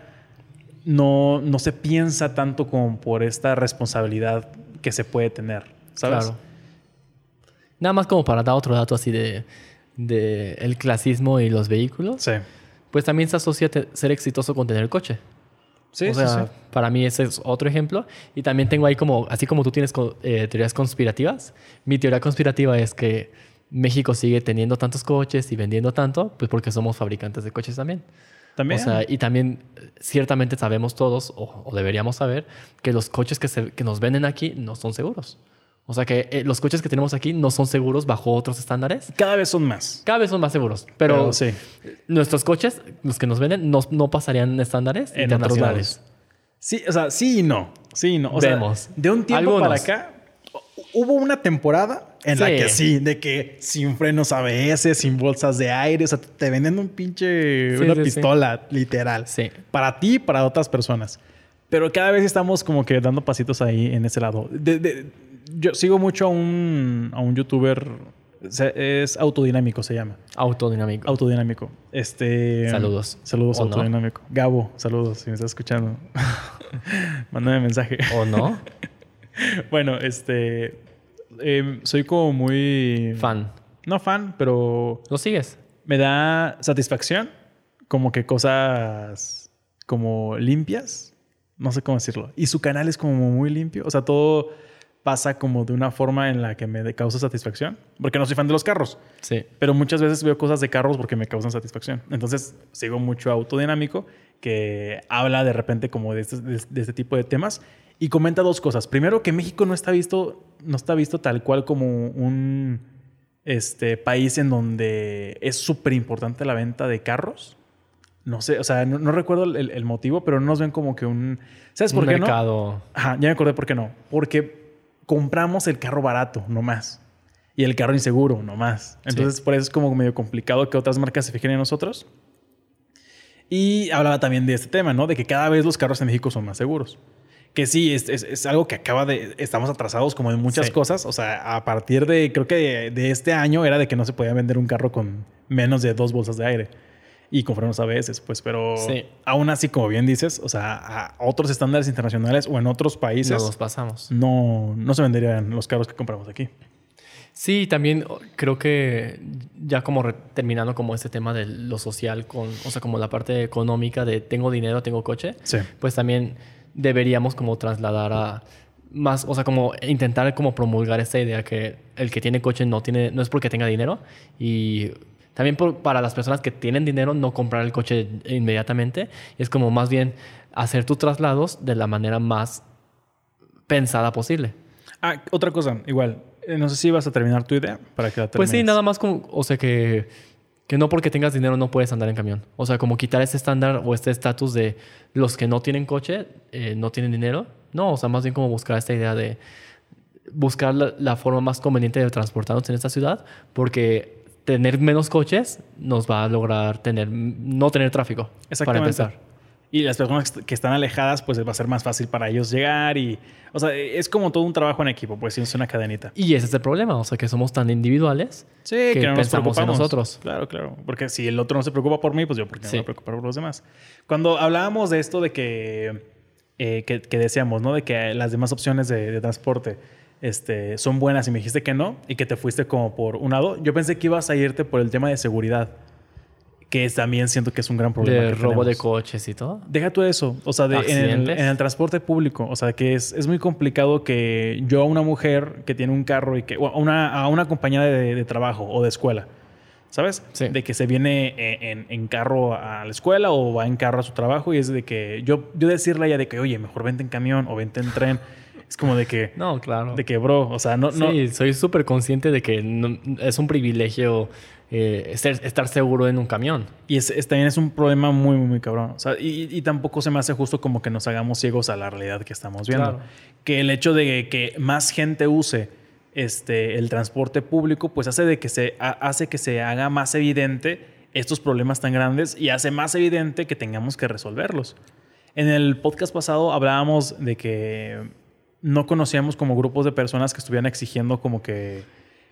no se piensa tanto como por esta responsabilidad que se puede tener, ¿sabes? Claro. Nada más como para dar otro dato así de el clasismo y los vehículos. Sí. Pues también se asocia ser exitoso con tener coche. Sí, o sea, para mí ese es otro ejemplo. Y también tengo ahí como, así como tú tienes teorías conspirativas, mi teoría conspirativa es que México sigue teniendo tantos coches y vendiendo tanto, pues porque somos fabricantes de coches también. También. O sea, y también ciertamente sabemos todos, o deberíamos saber, que los coches que nos venden aquí no son seguros. O sea que los coches que tenemos aquí no son seguros bajo otros estándares. Cada vez son más. Cada vez son más seguros. Pero sí. Nuestros coches, los que nos venden, no pasarían estándares en internacionales. Otros lados. Sí, o sea, sí y no. Sí y no. O Vemos. Sea, de un tiempo para acá, hubo una temporada en la que de que sin frenos ABS, sin bolsas de aire, o sea, te venden un pinche, una pistola, literal. Sí. Para ti y para otras personas. Pero cada vez estamos como que dando pasitos ahí en ese lado. Yo sigo mucho a un youtuber, es Autodinámico, se llama. Autodinámico. Saludos. Saludos, Autodinámico. No? Gabo, saludos, si me estás escuchando. Mándame mensaje. ¿O no? Bueno, soy como muy... Fan. No fan, pero... ¿Lo sigues? Me da satisfacción. Como que cosas como limpias. No sé cómo decirlo. Y su canal es como muy limpio. O sea, todo pasa como de una forma en la que me causa satisfacción. Porque no soy fan de los carros. Sí. Pero muchas veces veo cosas de carros porque me causan satisfacción. Entonces, sigo mucho a Autodinámico, que habla de repente como de este tipo de temas. Y comenta dos cosas. Primero, que México no está visto tal cual como un país en donde es súper importante la venta de carros. No sé, o sea, no recuerdo el motivo, pero no nos ven como que un... ¿Sabes por qué no? Mercado. Ajá, ya me acordé por qué no. Porque compramos el carro barato, no más. Y el carro inseguro, no más. Entonces, por eso es como medio complicado que otras marcas se fijen en nosotros. Y hablaba también de este tema, ¿no? De que cada vez los carros en México son más seguros. Que sí, es algo que estamos atrasados como en muchas cosas. O sea, a partir creo que de este año era de que no se podía vender un carro con menos de 2 bolsas de aire. Y con frenos ABS, pues. Pero aún así, como bien dices, o sea, a otros estándares internacionales o en otros países... No los pasamos. No se venderían los carros que compramos aquí. Sí, también creo que ya como terminando como este tema de lo social, o sea, como la parte económica de tengo dinero, tengo coche, pues también deberíamos como trasladar a más, o sea, como intentar como promulgar esta idea que el que tiene coche no es porque tenga dinero, y también para las personas que tienen dinero no comprar el coche inmediatamente, es como más bien hacer tus traslados de la manera más pensada posible. Ah, otra cosa, igual. No sé si vas a terminar tu idea para que la termines. Pues sí, nada más como, o sea, que no porque tengas dinero no puedes andar en camión. O sea, como quitar ese estándar o este estatus de los que no tienen coche, no tienen dinero. No, o sea, más bien como buscar esta idea de buscar la forma más conveniente de transportarnos en esta ciudad, porque tener menos coches nos va a lograr no tener tráfico. Para empezar. Y las personas que están alejadas, pues va a ser más fácil para ellos llegar. O sea, es como todo un trabajo en equipo, pues sí, es una cadenita. Y ese es el problema, o sea, que somos tan individuales que no pensamos en nosotros. Claro. Porque si el otro no se preocupa por mí, pues yo porque no me voy a preocupar por los demás. Cuando hablábamos de esto de que decíamos, ¿no? De que las demás opciones de transporte son buenas y me dijiste que no y que te fuiste como por un lado, yo pensé que ibas a irte por el tema de seguridad. que también siento que es un gran problema. De que robo de tenemos. coches y todo. Deja tú eso, o sea, en el transporte público, o sea, que es muy complicado que yo a una mujer que tiene un carro y que o a una compañera de trabajo o de escuela, ¿sabes? Sí. De que se viene en carro a la escuela o va en carro a su trabajo y es de que yo decirle a ella de que, oye, mejor vente en camión o vente en tren. Es como de que... No, claro. De que, bro, o sea, no... Sí, soy súper consciente de que es un privilegio estar seguro en un camión. Y también es un problema muy, muy, muy cabrón. O sea, y tampoco se me hace justo como que nos hagamos ciegos a la realidad que estamos viendo. Claro. Que el hecho de que más gente use el transporte público, pues hace que se haga más evidente estos problemas tan grandes y hace más evidente que tengamos que resolverlos. En el podcast pasado hablábamos de que no conocíamos como grupos de personas que estuvieran exigiendo como que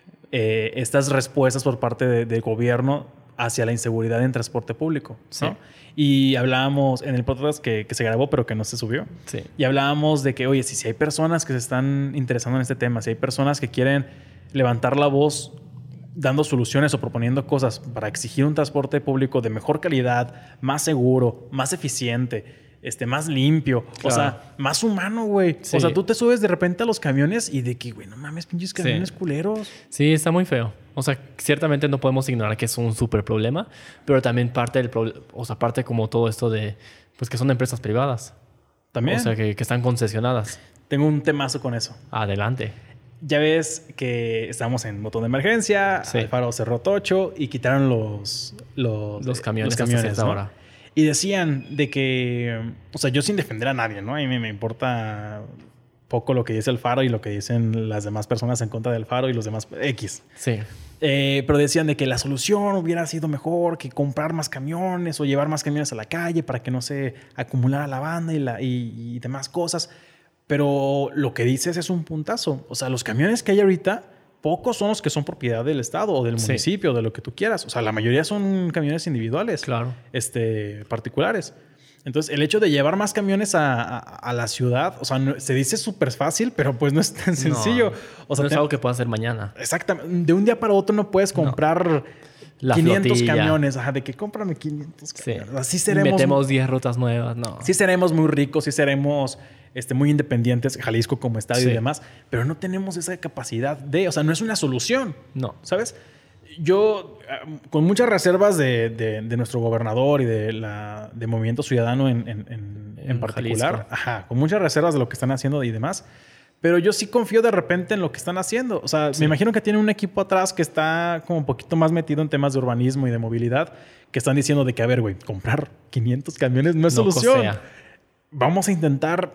estas respuestas por parte del gobierno hacia la inseguridad en transporte público, ¿no? Sí. Y hablábamos en el podcast que se grabó pero que no se subió. Sí. Y hablábamos de que, oye, si hay personas que se están interesando en este tema, si hay personas que quieren levantar la voz dando soluciones o proponiendo cosas para exigir un transporte público de mejor calidad, más seguro, más eficiente, más limpio, claro. O sea, más humano, güey. Sí. O sea, tú te subes de repente a los camiones y de que, güey, no mames, pinches camiones culeros. Sí, está muy feo. O sea, ciertamente no podemos ignorar que es un súper problema, pero también parte del problema, o sea, parte como todo esto de, pues que son empresas privadas. También. O sea, que están concesionadas. Tengo un temazo con eso. Adelante. Ya ves que estamos en botón de emergencia, sí. El faro cerró tocho y quitaron los camiones hasta ¿no? ahora. Y decían de que, o sea, yo sin defender a nadie, ¿no? A mí me importa poco lo que dice el faro y lo que dicen las demás personas en contra del faro y los demás X. Sí. Pero decían de que la solución hubiera sido mejor que comprar más camiones o llevar más camiones a la calle para que no se acumulara la banda y demás cosas. Pero lo que dices es un puntazo. O sea, los camiones que hay ahorita, pocos son los que son propiedad del estado o del municipio, de lo que tú quieras. O sea, la mayoría son camiones individuales. Claro. Particulares. Entonces, el hecho de llevar más camiones a la ciudad, o sea, se dice súper fácil, pero pues no es tan sencillo. O sea, no es algo que puedas hacer mañana. Exactamente. De un día para otro no puedes comprar 500 flotilla. Camiones. Ajá, de que cómprame 500 camiones. Sí. Así seremos. Metemos 10 rutas nuevas, no. Sí seremos muy ricos, sí seremos muy independientes, Jalisco como estadio y demás, pero no tenemos esa capacidad o sea, no es una solución. No. ¿Sabes? Yo, con muchas reservas de nuestro gobernador y de Movimiento Ciudadano en particular, ajá, con muchas reservas de lo que están haciendo y demás, pero yo sí confío de repente en lo que están haciendo. O sea, me imagino que tiene un equipo atrás que está como un poquito más metido en temas de urbanismo y de movilidad, que están diciendo de que, a ver, güey, comprar 500 camiones no es solución. Cosea. Vamos a intentar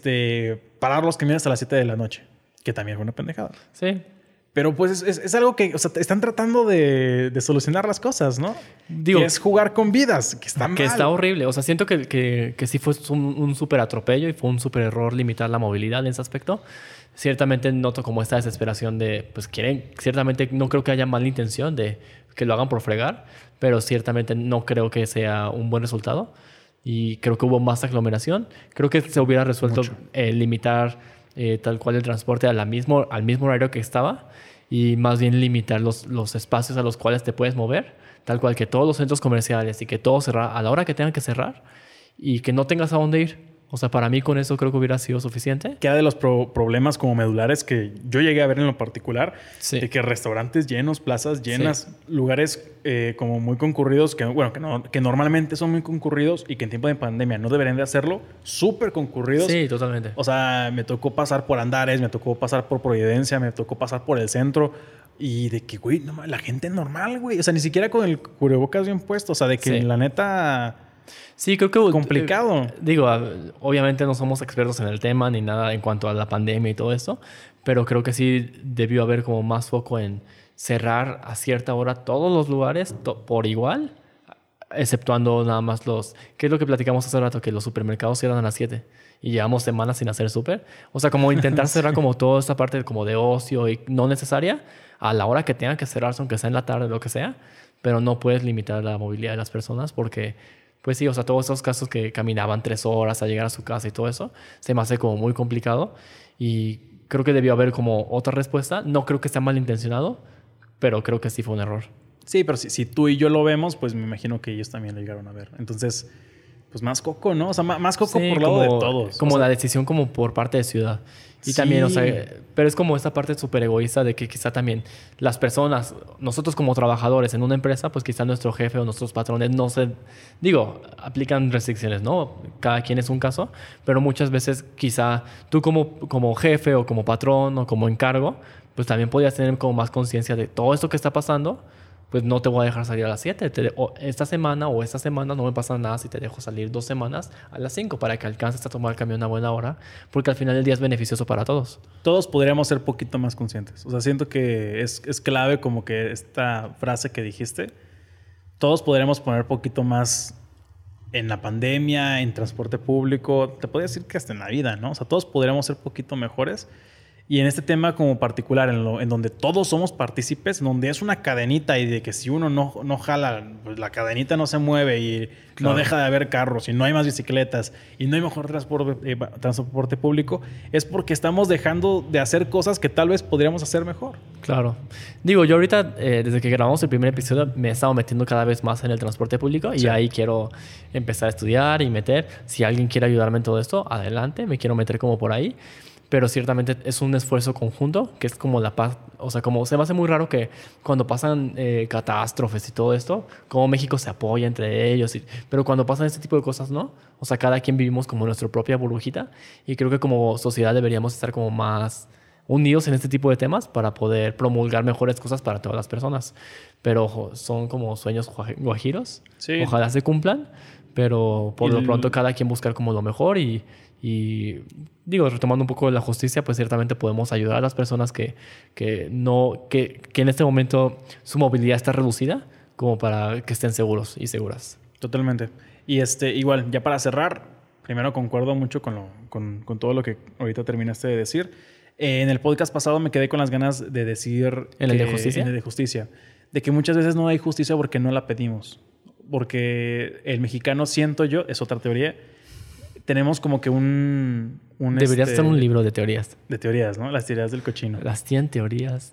parar los camiones a las 7 de la noche, que también es una pendejada. Sí. Pero pues es algo que, o sea, están tratando de solucionar las cosas, ¿no? Digo, que es jugar con vidas, que está mal. Que está horrible. O sea, siento que sí fue un súper atropello y fue un súper error limitar la movilidad en ese aspecto. Ciertamente noto como esta desesperación de, pues ciertamente no creo que haya mala intención de que lo hagan por fregar, pero ciertamente no creo que sea un buen resultado. Y creo que hubo más aglomeración. Creo que se hubiera resuelto limitar tal cual el transporte al mismo horario que estaba y más bien limitar los espacios a los cuales te puedes mover, tal cual que todos los centros comerciales y que todo cerrar a la hora que tengan que cerrar y que no tengas a dónde ir. O sea, para mí con eso creo que hubiera sido suficiente. Queda de los problemas como medulares que yo llegué a ver en lo particular, de que restaurantes llenos, plazas llenas, lugares como muy concurridos, que normalmente son muy concurridos y que en tiempo de pandemia no deberían de hacerlo, súper concurridos. Sí, totalmente. O sea, me tocó pasar por Andares, me tocó pasar por Providencia, me tocó pasar por el centro y de que, güey, no, la gente normal, güey. O sea, ni siquiera con el cubrebocas bien puesto. O sea, de que la neta... Sí, creo que... complicado. Digo, obviamente no somos expertos en el tema ni nada en cuanto a la pandemia y todo eso, pero creo que sí debió haber como más foco en cerrar a cierta hora todos los lugares por igual, exceptuando nada más ¿qué es lo que platicamos hace rato? Que los supermercados cierran a las 7 y llevamos semanas sin hacer súper. O sea, como intentar cerrar como toda esta parte como de ocio y no necesaria a la hora que tengan que cerrarse, aunque sea en la tarde o lo que sea, pero no puedes limitar la movilidad de las personas porque... Pues sí, o sea, todos esos casos que caminaban 3 horas a llegar a su casa y todo eso, se me hace como muy complicado y creo que debió haber como otra respuesta. No creo que sea malintencionado, pero creo que sí fue un error. Sí, pero si tú y yo lo vemos, pues me imagino que ellos también lo llegaron a ver. Entonces, pues más coco, ¿no? O sea, más coco Sí, por lado de todos. Como o sea, la decisión como por parte de ciudad. Y sí. también, o sea, pero es como esta parte súper egoísta de que quizá también las personas, nosotros como trabajadores en una empresa, pues quizá nuestro jefe o nuestros patrones no se, digo, aplican restricciones, ¿no? Cada quien es un caso, pero muchas veces quizá tú como jefe o como patrón o como encargo, pues también podrías tener como más conciencia de todo esto que está pasando. Pues no te voy a dejar salir a las 7. Esta semana no me pasa nada si te dejo salir 2 semanas a las 5 para que alcances a tomar el camión a buena hora, porque al final del día es beneficioso para todos. Todos podríamos ser poquito más conscientes. O sea, siento que es clave como que esta frase que dijiste. Todos podríamos poner poquito más en la pandemia, en transporte público. Te podría decir que hasta en la vida, ¿no? O sea, todos podríamos ser poquito mejores. Y en este tema como particular, en donde todos somos partícipes, en donde es una cadenita y de que si uno no jala, pues la cadenita no se mueve y claro, no deja de haber carros y no hay más bicicletas y no hay mejor transporte público, es porque estamos dejando de hacer cosas que tal vez podríamos hacer mejor. Claro. Digo, yo ahorita, desde que grabamos el primer episodio, me he estado metiendo cada vez más en el transporte público y ahí quiero empezar a estudiar y meter. Si alguien quiere ayudarme en todo esto, adelante, me quiero meter como por ahí. Pero ciertamente es un esfuerzo conjunto, que es como la paz. O sea, como se me hace muy raro que cuando pasan catástrofes y todo esto, como México se apoya entre ellos. Pero cuando pasan este tipo de cosas, ¿no? O sea, cada quien vivimos como nuestra propia burbujita. Y creo que como sociedad deberíamos estar como más unidos en este tipo de temas para poder promulgar mejores cosas para todas las personas. Pero ojo, son como sueños guajiros. Sí. Ojalá se cumplan. Pero por lo pronto cada quien buscar como lo mejor y digo, retomando un poco la justicia, pues ciertamente podemos ayudar a las personas que en este momento su movilidad está reducida como para que estén seguros y seguras. Totalmente. Y igual, ya para cerrar, primero concuerdo mucho con todo lo que ahorita terminaste de decir. En el podcast pasado me quedé con las ganas de decir... ¿En el de justicia? En el de justicia. De que muchas veces no hay justicia porque no la pedimos. Porque el mexicano, siento yo, es otra teoría, tenemos como que Debería estar un libro de teorías. De teorías, ¿no? Las teorías del cochino. Las 100 teorías.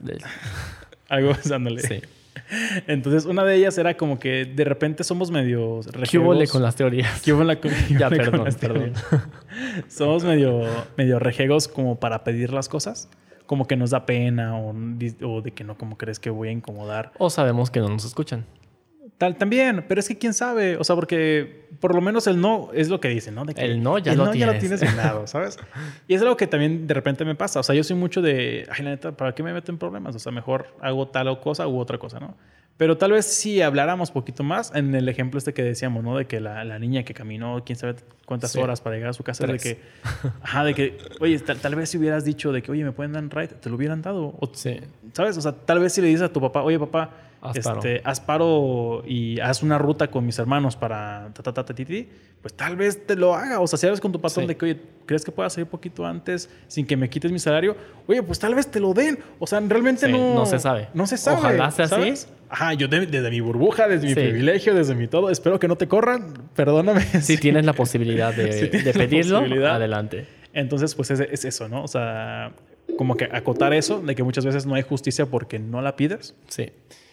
Algo usándole. Sí. Entonces, una de ellas era como que de repente somos medio rejegos. ¿Qué hubo con las teorías? ¿Qué hubo Ya, perdón. Somos medio rejegos como para pedir las cosas. Como que nos da pena o de que no, como crees que voy a incomodar. O sabemos que no nos escuchan. También, pero es que quién sabe, o sea, porque por lo menos el no es lo que dicen, ¿no? De que el no ya lo tienes ganado, ¿sabes? Y es algo que también de repente me pasa, o sea, yo soy mucho de, ay, la neta, ¿para qué me meto en problemas? O sea, mejor hago tal cosa u otra cosa, ¿no? Pero tal vez si habláramos poquito más en el ejemplo que decíamos, ¿no? De que la niña que caminó quién sabe cuántas horas para llegar a su casa, 3. de que, oye, tal vez si hubieras dicho de que, oye, ¿me pueden dar un ride? Te lo hubieran dado. Sí. ¿Sabes? O sea, tal vez si le dices a tu papá, oye, papá, haz paro y haz una ruta con mis hermanos para pues tal vez te lo haga. O sea, si hablas con tu patrón de que, oye, ¿crees que pueda salir un poquito antes sin que me quites mi salario? Oye, pues tal vez te lo den. O sea, realmente no se sabe. No se sabe. Ojalá sea ¿sabes? así. Ajá, yo desde mi burbuja, desde mi privilegio, desde mi todo, espero que no te corran. Perdóname. Si tienes la posibilidad de pedirlo, adelante. Entonces, pues es eso, ¿no? O sea, como que acotar eso de que muchas veces no hay justicia porque no la pides. Sí.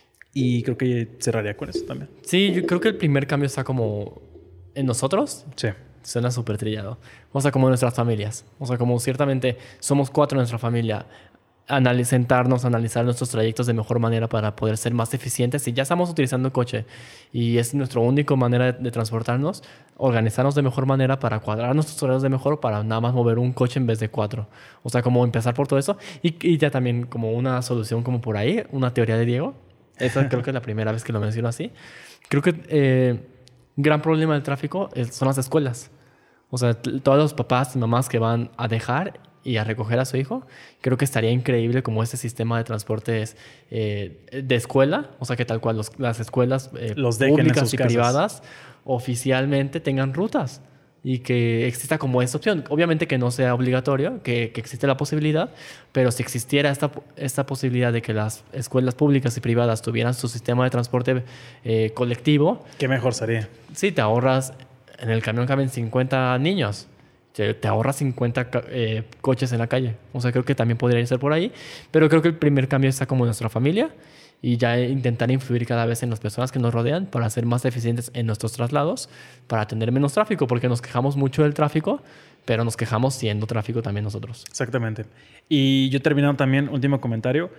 Y creo que cerraría con eso también. Sí, yo creo que el primer cambio está como en nosotros. Sí. Suena súper trillado. O sea, como en nuestras familias. O sea, como ciertamente somos 4 en nuestra familia. Sentarnos, analizar nuestros trayectos de mejor manera para poder ser más eficientes. Si ya estamos utilizando el coche y es nuestra única manera de transportarnos, organizarnos de mejor manera para cuadrar nuestros horarios de mejor para nada más mover un coche en vez de 4. O sea, como empezar por todo eso. Y ya también como una solución como por ahí, una teoría de Diego. Esa creo que es la primera vez que lo menciono así. Creo que gran problema del tráfico son las escuelas. O sea, todos los papás y mamás que van a dejar y a recoger a su hijo, creo que estaría increíble como este sistema de transportes de escuela. O sea, que tal cual las escuelas públicas y privadas oficialmente tengan rutas. Y que exista como esta opción. Obviamente que no sea obligatorio, que existe la posibilidad, pero si existiera esta posibilidad de que las escuelas públicas y privadas tuvieran su sistema de transporte colectivo... ¿Qué mejor sería? Sí, te ahorras... En el camión caben 50 niños. te ahorras 50 coches en la calle. O sea, creo que también podría ser por ahí. Pero creo que el primer cambio está como en nuestra familia y ya intentar influir cada vez en las personas que nos rodean para ser más eficientes en nuestros traslados, para tener menos tráfico, porque nos quejamos mucho del tráfico, pero nos quejamos siendo tráfico también nosotros. Exactamente. Y yo terminando también, último comentario.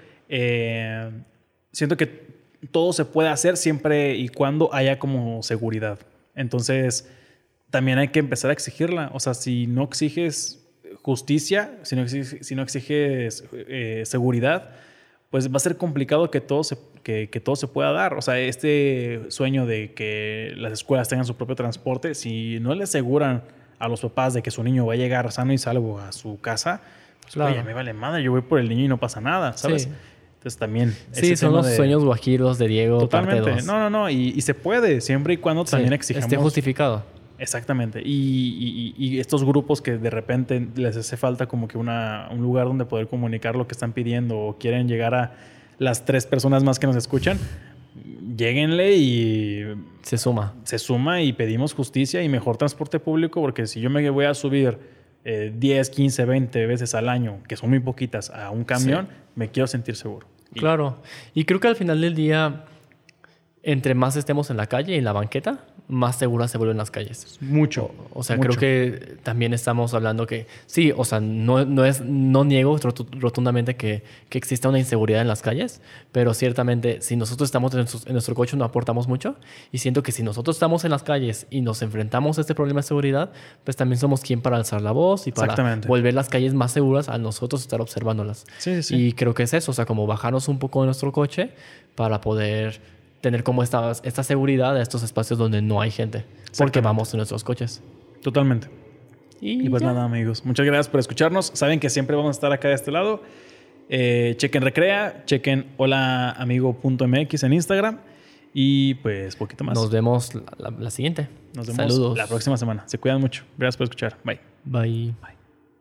Siento que todo se puede hacer siempre y cuando haya como seguridad. Entonces, también hay que empezar a exigirla. O sea, si no exiges justicia, si no exiges seguridad, pues va a ser complicado que todo se pueda dar. O sea, este sueño de que las escuelas tengan su propio transporte, si no le aseguran a los papás de que su niño va a llegar sano y salvo a su casa, pues claro. Oye, me vale madre, yo voy por el niño y no pasa nada, ¿sabes? Sí. Entonces también... Sí, son los sueños guajiros de Diego. Totalmente. Parte 2. No. Y se puede, siempre y cuando también exijamos... Esté justificado. Exactamente. Y estos grupos que de repente les hace falta como que un lugar donde poder comunicar lo que están pidiendo o quieren llegar a las 3 personas más que nos escuchan, lléguenle y... Se suma y pedimos justicia y mejor transporte público, porque si yo me voy a subir 10, 15, 20 veces al año, que son muy poquitas, a un camión, me quiero sentir seguro. Claro. Y creo que al final del día, entre más estemos en la calle y en la banqueta, más seguras se vuelven las calles. Mucho. O sea, mucho. Creo que también estamos hablando que... Sí, o sea, no niego rotundamente que exista una inseguridad en las calles, pero ciertamente si nosotros estamos en nuestro coche no aportamos mucho, y siento que si nosotros estamos en las calles y nos enfrentamos a este problema de seguridad, pues también somos quien para alzar la voz y para volver las calles más seguras a nosotros estar observándolas. Sí. Y creo que es eso, o sea, como bajarnos un poco de nuestro coche para poder... tener como esta seguridad de estos espacios donde no hay gente. Porque vamos en nuestros coches. Totalmente. Y pues nada, amigos. Muchas gracias por escucharnos. Saben que siempre vamos a estar acá de este lado. Chequen Recrea. Chequen holaamigo.mx en Instagram. Y pues poquito más. Nos vemos la siguiente. Nos vemos Saludos. la próxima semana. Se cuidan mucho. Gracias por escuchar. Bye. Bye. Bye.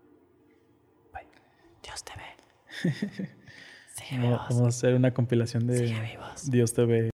Bye. Dios te ve. Vamos a hacer una compilación de Sigue vivos. Dios te ve.